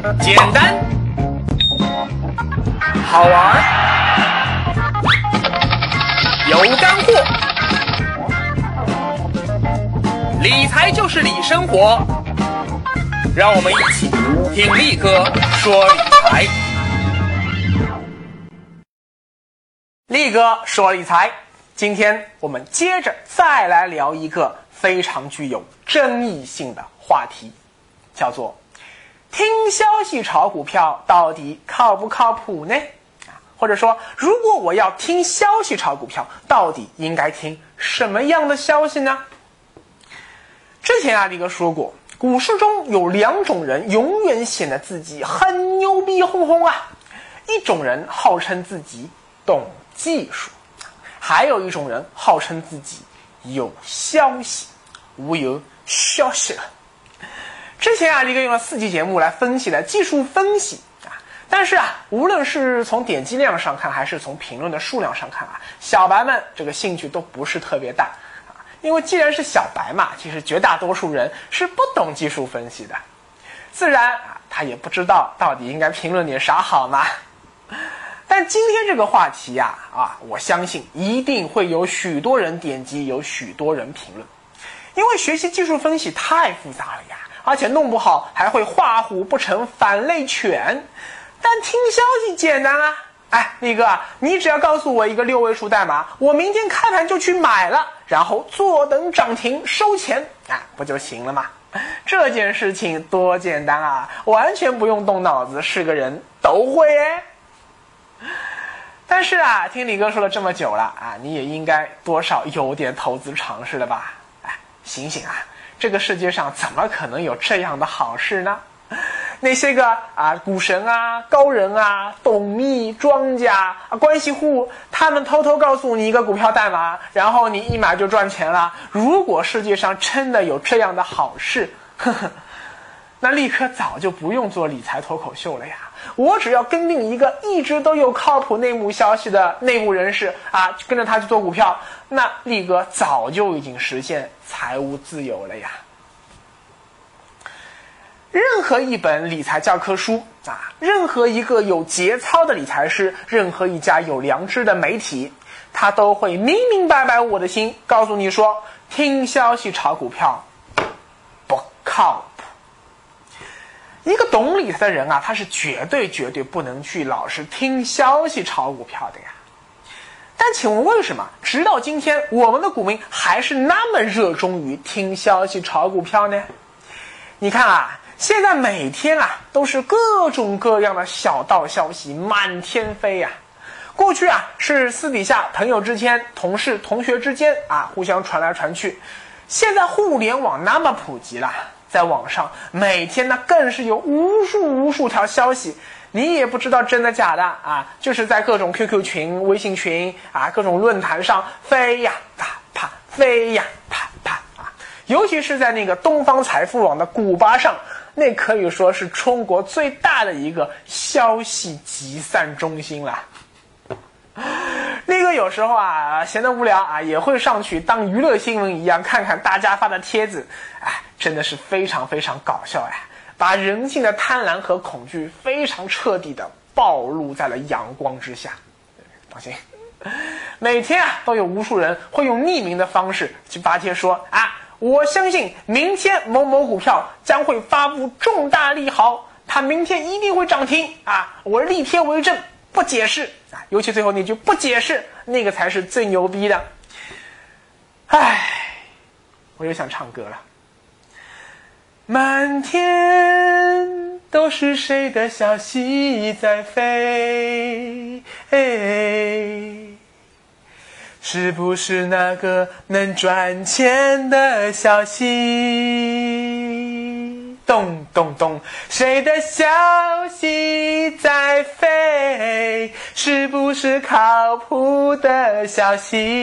简单、好玩、有干货，理财就是理生活。让我们一起听力哥说理财。力哥说理财，今天我们接着再来聊一个非常具有争议性的话题，叫做听消息炒股票到底靠不靠谱呢？或者说，如果我要听消息炒股票，到底应该听什么样的消息呢？之前力哥说过，股市中有两种人永远显得自己很牛逼哄哄啊，一种人号称自己懂技术，还有一种人号称自己有消息，我有消息了。之前力哥用了4期节目来分析了技术分析但是无论是从点击量上看，还是从评论的数量上看小白们这个兴趣都不是特别大因为既然是小白嘛，其实绝大多数人是不懂技术分析的，自然他也不知道到底应该评论点啥好嘛。但今天这个话题我相信一定会有许多人点击，有许多人评论，因为学习技术分析太复杂了呀，而且弄不好还会画虎不成反类犬。但听消息简单力哥你只要告诉我一个6位数代码，我明天开盘就去买了，然后坐等涨停收钱不就行了吗？这件事情多简单完全不用动脑子，是个人都会但是听李哥说了这么久了你也应该多少有点投资常识了吧？醒醒这个世界上怎么可能有这样的好事呢？那些个股神高人董秘庄家关系户，他们偷偷告诉你一个股票代码，然后你一买就赚钱了。如果世界上真的有这样的好事，那立刻早就不用做理财脱口秀了呀。我只要跟定一个一直都有靠谱内幕消息的内部人士跟着他去做股票，那力哥早就已经实现财务自由了呀。任何一本理财教科书任何一个有节操的理财师，任何一家有良知的媒体，他都会明明白白我的心告诉你说，听消息炒股票不靠谱。一个懂理财的人他是绝对不能去老是听消息炒股票的呀。但请问为什么直到今天我们的股民还是那么热衷于听消息炒股票呢？你看现在每天都是各种各样的小道消息满天飞过去是私底下朋友之间、同事同学之间互相传来传去，现在互联网那么普及了，在网上每天更是有无数条消息，你也不知道真的假的就是在各种 QQ 群、微信群各种论坛上飞呀啪啪，飞呀啪啪尤其是在那个东方财富网的股吧上，那可以说是中国最大的一个消息集散中心了。那个有时候闲得无聊也会上去当娱乐新闻一样看看大家发的帖子真的是非常非常搞笑把人性的贪婪和恐惧非常彻底的暴露在了阳光之下。放心，每天都有无数人会用匿名的方式去发帖说我相信明天某某股票将会发布重大利好，它明天一定会涨停我立帖为证，不解释尤其最后那句不解释，那个才是最牛逼的。我又想唱歌了。满天都是谁的消息在飞是不是那个能赚钱的消息？咚咚咚，谁的消息在飞？是不是靠谱的消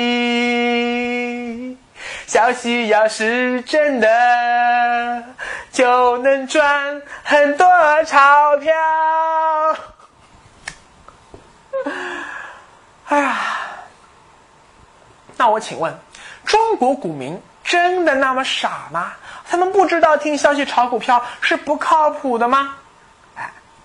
息？消息要是真的，就能赚很多钞票。那我请问，中国股民真的那么傻吗？他们不知道听消息炒股票是不靠谱的吗？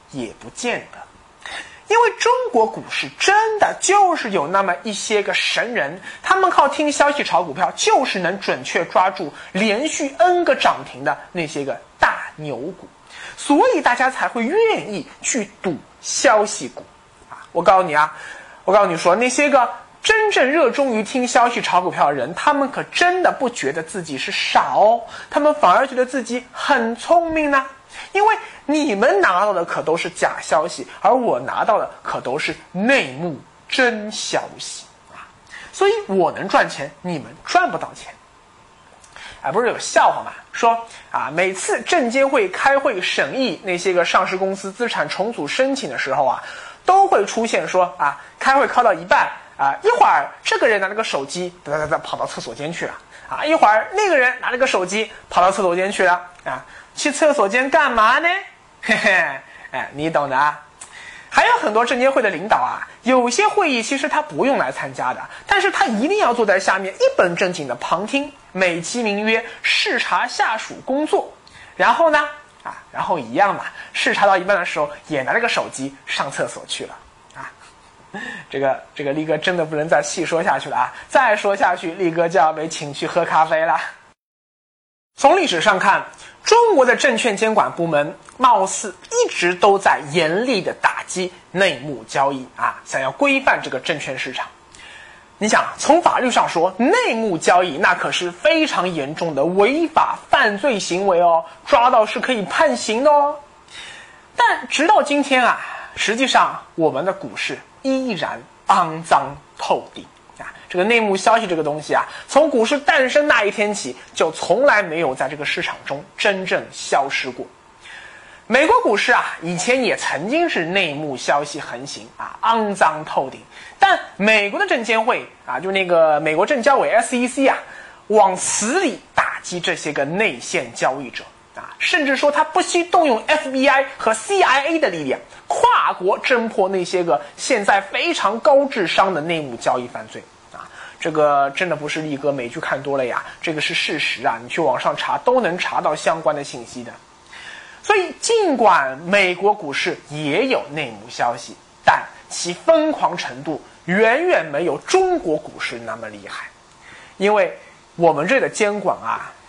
也不见得。因为中国股市真的就是有那么一些个神人，他们靠听消息炒股票，就是能准确抓住连续 N 个涨停的那些个大牛股，所以大家才会愿意去赌消息股啊！我告诉你说，那些个真正热衷于听消息炒股票的人，他们可真的不觉得自己是傻哦，他们反而觉得自己很聪明呢。因为你们拿到的可都是假消息，而我拿到的可都是内幕真消息啊！所以我能赚钱，你们赚不到钱。不是有笑话嘛？说每次证监会开会审议那些个上市公司资产重组申请的时候都会出现说开会开到一半一会儿这个人拿了个手机跑到厕所间去了一会儿那个人拿了个手机跑到厕所间去了去厕所间干嘛呢？嘿嘿，你懂的啊。还有很多证监会的领导有些会议其实他不用来参加的，但是他一定要坐在下面一本正经的旁听，美其名曰视察下属工作。然后呢然后一样嘛，视察到一半的时候也拿了个手机上厕所去了这个力哥真的不能再细说下去了再说下去力哥就要被请去喝咖啡了。从历史上看，中国的证券监管部门貌似一直都在严厉的打击内幕交易想要规范这个证券市场。你想，从法律上说，内幕交易那可是非常严重的违法犯罪行为哦，抓到是可以判刑的哦。但直到今天实际上我们的股市依然肮脏透顶这个内幕消息这个东西从股市诞生那一天起，就从来没有在这个市场中真正消失过。美国股市以前也曾经是内幕消息横行肮脏透顶，但美国的证监会就那个美国证交委 SEC 往死里打击这些个内线交易者甚至说他不惜动用 FBI 和 CIA 的力量，跨国侦破那些个现在非常高智商的内幕交易犯罪这个真的不是力哥美剧看多了这个是事实你去网上查都能查到相关的信息的。所以尽管美国股市也有内幕消息，但其疯狂程度远远没有中国股市那么厉害。因为我们这的监管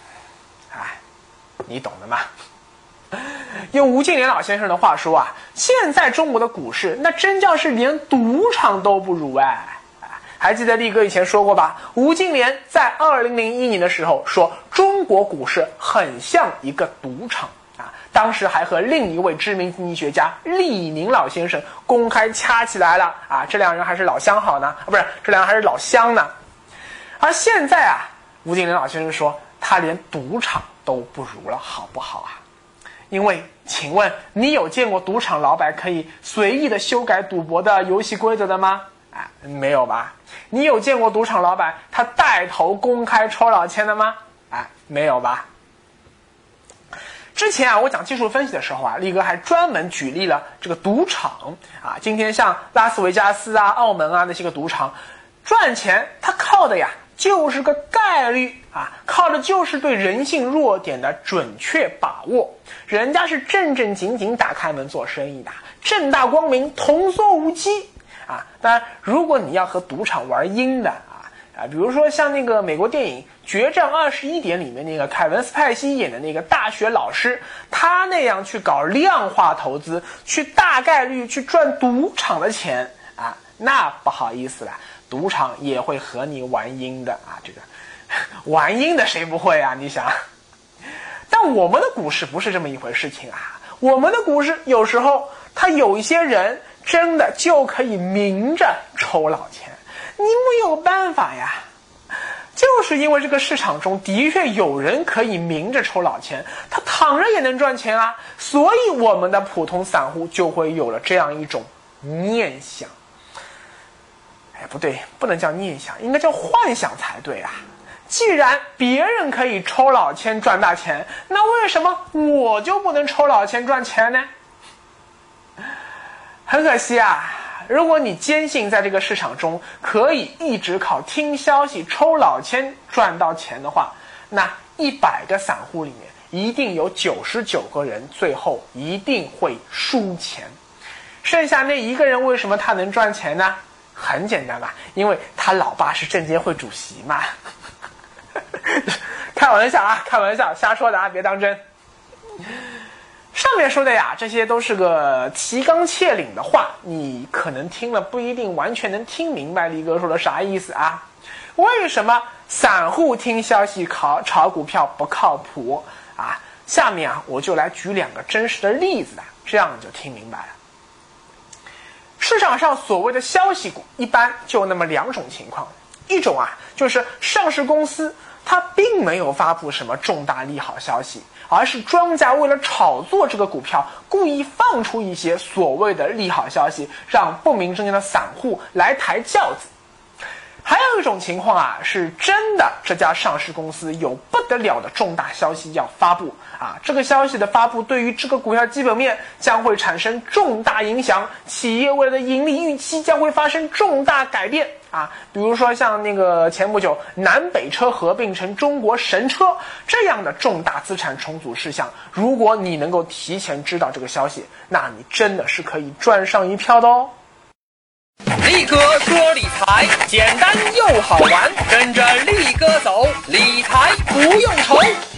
你懂的吗？用吴敬琏老先生的话说现在中国的股市那真叫是连赌场都不如还记得力哥以前说过吧？吴敬琏在2001年的时候说中国股市很像一个赌场当时还和另一位知名经济学家厉宁老先生公开掐起来了这两人还是老相好呢不是，这两人还是老乡呢。而现在吴敬琏老先生说他连赌场都不如了，好不好因为请问你有见过赌场老板可以随意的修改赌博的游戏规则的吗？没有吧？你有见过赌场老板他带头公开抽老千的吗？没有吧？之前我讲技术分析的时候力哥还专门举例了这个赌场今天像拉斯维加斯澳门那些个赌场赚钱，它靠的就是个概率靠的就是对人性弱点的准确把握。人家是正正经经打开门做生意的，正大光明，童叟无欺当然如果你要和赌场玩阴的比如说像那个美国电影《决战21点》里面那个凯文斯派西演的那个大学老师，他那样去搞量化投资，去大概率去赚赌场的钱那不好意思了，赌场也会和你玩阴的这个玩阴的谁不会你想。但我们的股市不是这么一回事情我们的股市有时候它有一些人真的就可以明着抽老千，你没有办法就是因为这个市场中的确有人可以明着抽老千，他躺着也能赚钱所以我们的普通散户就会有了这样一种念想不对，不能叫念想，应该叫幻想才对既然别人可以抽老千赚大钱，那为什么我就不能抽老千赚钱呢？很可惜如果你坚信在这个市场中可以一直靠听消息抽老千赚到钱的话，那100个散户里面一定有99个人最后一定会输钱。剩下那一个人为什么他能赚钱呢？很简单吧，因为他老爸是证监会主席嘛。开玩笑啊，开玩笑，瞎说的啊，别当真。上面说的呀，这些都是个提纲挈领的话，你可能听了不一定完全能听明白力哥说的啥意思啊。为什么散户听消息炒股票不靠谱啊？下面啊，我就来举2个真实的例子啊，这样你就听明白了。市场上所谓的消息股，一般就那么2种情况，一种啊，就是上市公司它并没有发布什么重大利好消息，而是庄家为了炒作这个股票，故意放出一些所谓的利好消息，让不明真经的散户来抬轿子。还有一种情况啊，是真的这家上市公司有不得了的重大消息要发布啊，这个消息的发布对于这个股票基本面将会产生重大影响，企业未来的盈利预期将会发生重大改变啊，比如说像那个前不久南北车合并成中国神车这样的重大资产重组事项，如果你能够提前知道这个消息，那你真的是可以赚上一票的哦。 力哥说理财简单又好玩，跟着力哥走，理财不用愁。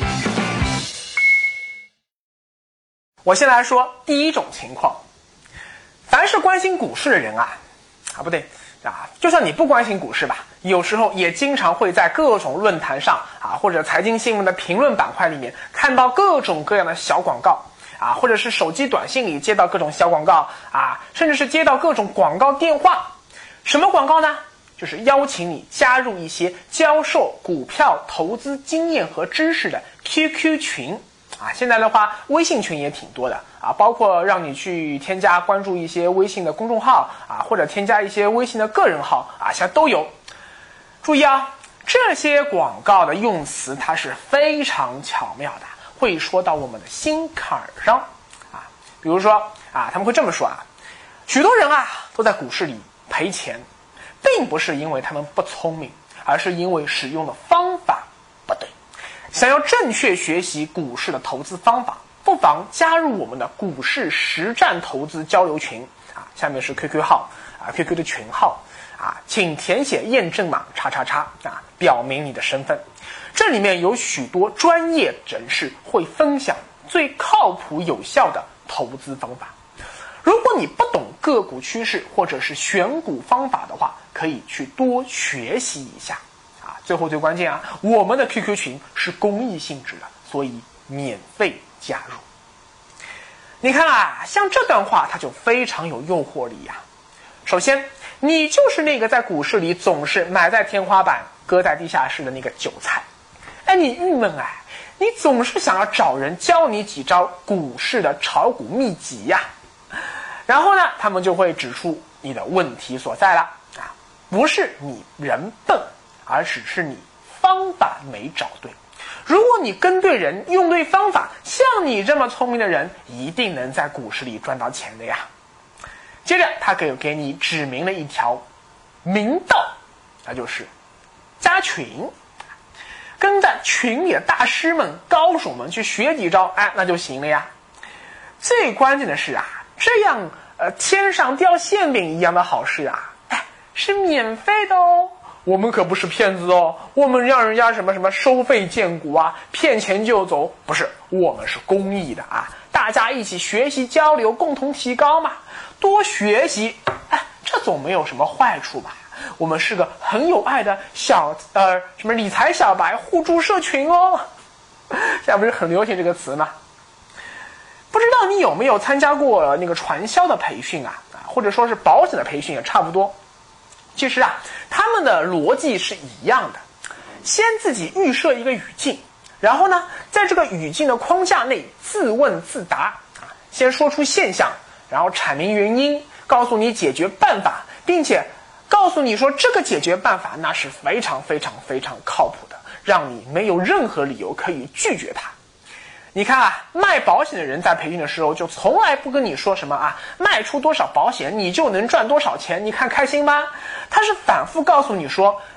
我先来说第一种情况，凡是关心股市的人不对啊，就算你不关心股市吧，有时候也经常会在各种论坛上或者财经新闻的评论板块里面看到各种各样的小广告或者是手机短信里接到各种小广告甚至是接到各种广告电话。什么广告呢？就是邀请你加入一些教授股票投资经验和知识的 QQ 群现在的话微信群也挺多的包括让你去添加关注一些微信的公众号或者添加一些微信的个人号现在都有。注意这些广告的用词它是非常巧妙的，会说到我们的心坎上比如说他们会这么说许多人都在股市里赔钱，并不是因为他们不聪明，而是因为使用的方法不对。想要正确学习股市的投资方法，不妨加入我们的股市实战投资交流群下面是 QQ 号QQ 的群号请填写验证码叉叉叉表明你的身份。这里面有许多专业人士会分享最靠谱有效的投资方法。如果你不懂个股趋势或者是选股方法的话，可以去多学习一下最后最关键我们的 QQ 群是公益性质的，所以免费加入。你看像这段话它就非常有诱惑力首先，你就是那个在股市里总是买在天花板割在地下室的那个韭菜。你郁闷你总是想要找人教你几招股市的炒股秘籍然后呢，他们就会指出你的问题所在了不是你人笨，而只是你方法没找对。如果你跟对人，用对方法，像你这么聪明的人，一定能在股市里赚到钱的呀。接着，他给你指明了一条明道，那就是加群，跟在群里的大师们、高手们去学几招，那就行了呀。最关键的是这样天上掉馅饼一样的好事是免费的哦。我们可不是骗子哦，我们让人家什么收费荐股骗钱就走，不是，我们是公益的大家一起学习交流，共同提高嘛，多学习这总没有什么坏处吧。我们是个很有爱的理财小白互助社群哦。现在不是很流行这个词吗？不知道你有没有参加过那个传销的培训或者说是保险的培训也差不多。其实他们的逻辑是一样的，先自己预设一个语境，然后呢在这个语境的框架内自问自答先说出现象，然后阐明原因，告诉你解决办法，并且告诉你说这个解决办法那是非常非常非常靠谱的，让你没有任何理由可以拒绝它。你看卖保险的人在培训的时候就从来不跟你说什么卖出多少保险你就能赚多少钱，你看开心吗？他是反复告诉你说，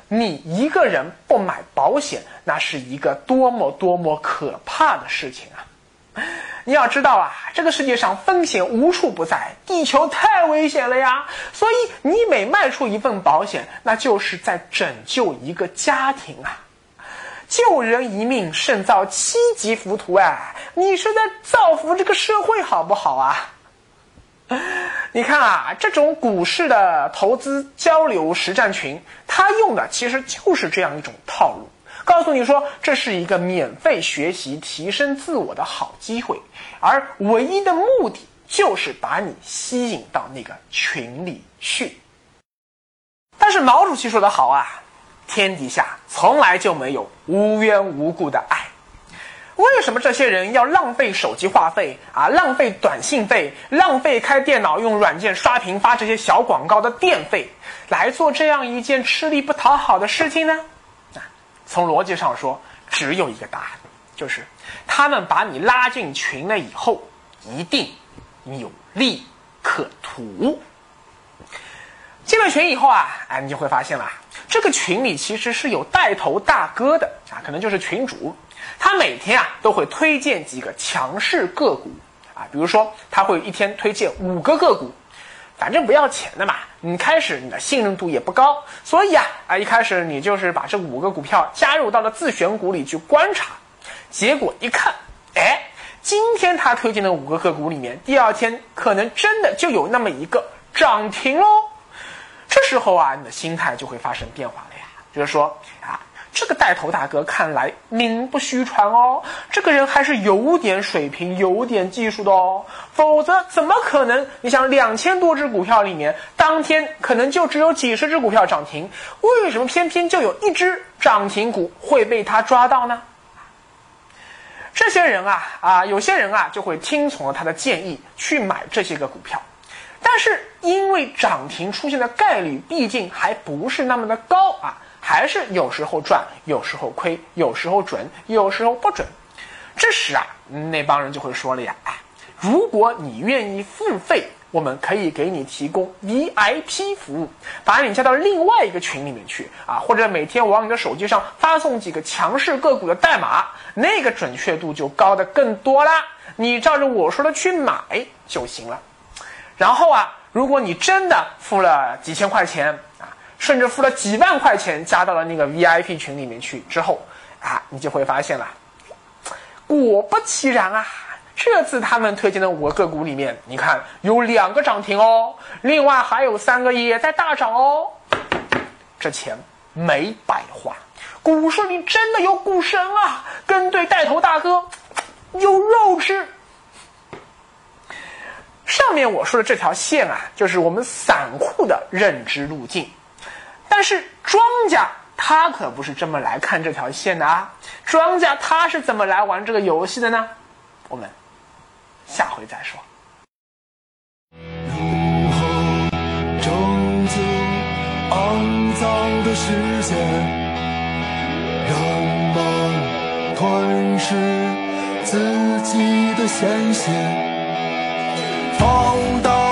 你一个人不买保险，那是一个多么可怕的事情啊！你要知道啊，这个世界上风险无处不在，地球太危险了呀！所以你每卖出一份保险，那就是在拯救一个家庭啊！救人一命胜造7级浮屠啊！你是在造福这个社会好不好啊？你看啊，这种股市的投资交流实战群，它用的其实就是这样一种套路，告诉你说这是一个免费学习提升自我的好机会，而唯一的目的就是把你吸引到那个群里去。但是毛主席说得好啊，天底下从来就没有无缘无故的爱。为什么这些人要浪费手机话费啊，浪费短信费，浪费开电脑用软件刷屏发这些小广告的电费，来做这样一件吃力不讨好的事情呢？从逻辑上说，只有一个答案，就是他们把你拉进群了以后，一定有利可图。进了群以后啊，你就会发现了，这个群里其实是有带头大哥的啊，可能就是群主。他每天啊都会推荐几个强势个股啊，比如说他会一天推荐5个个股，反正不要钱的嘛，你开始你的信任度也不高，所以一开始你就是把这5个股票加入到了自选股里去观察，结果一看，今天他推荐的5个个股里面，第二天可能真的就有那么一个涨停咯。这时候啊，你的心态就会发生变化了呀，就是说这个带头大哥看来名不虚传哦，这个人还是有点水平有点技术的哦，否则怎么可能你想2000多只股票里面，当天可能就只有几十只股票涨停，为什么偏偏就有1只涨停股会被他抓到呢？这些人有些人就会听从了他的建议去买这些个股票，但是因为涨停出现的概率毕竟还不是那么的高还是有时候赚，有时候亏，有时候准，有时候不准。这时那帮人就会说了呀，如果你愿意付费，我们可以给你提供 VIP 服务，把你加到另外一个群里面去或者每天往你的手机上发送几个强势个股的代码，那个准确度就高得更多啦，你照着我说的去买就行了。然后如果你真的付了几千块钱甚至付了几万块钱加到了那个 VIP 群里面去之后你就会发现了，果不其然这次他们推荐的5个个股里面，你看有2个涨停哦，另外还有3个也在大涨哦，这钱没白花，股市里真的有股神跟对带头大哥有肉吃。上面我说的这条线就是我们散户的认知路径，但是庄家他可不是这么来看这条线的庄家他是怎么来玩这个游戏的呢？我们下回再说。 如何拯救肮脏的世界，人们吞噬自己的鲜血，放大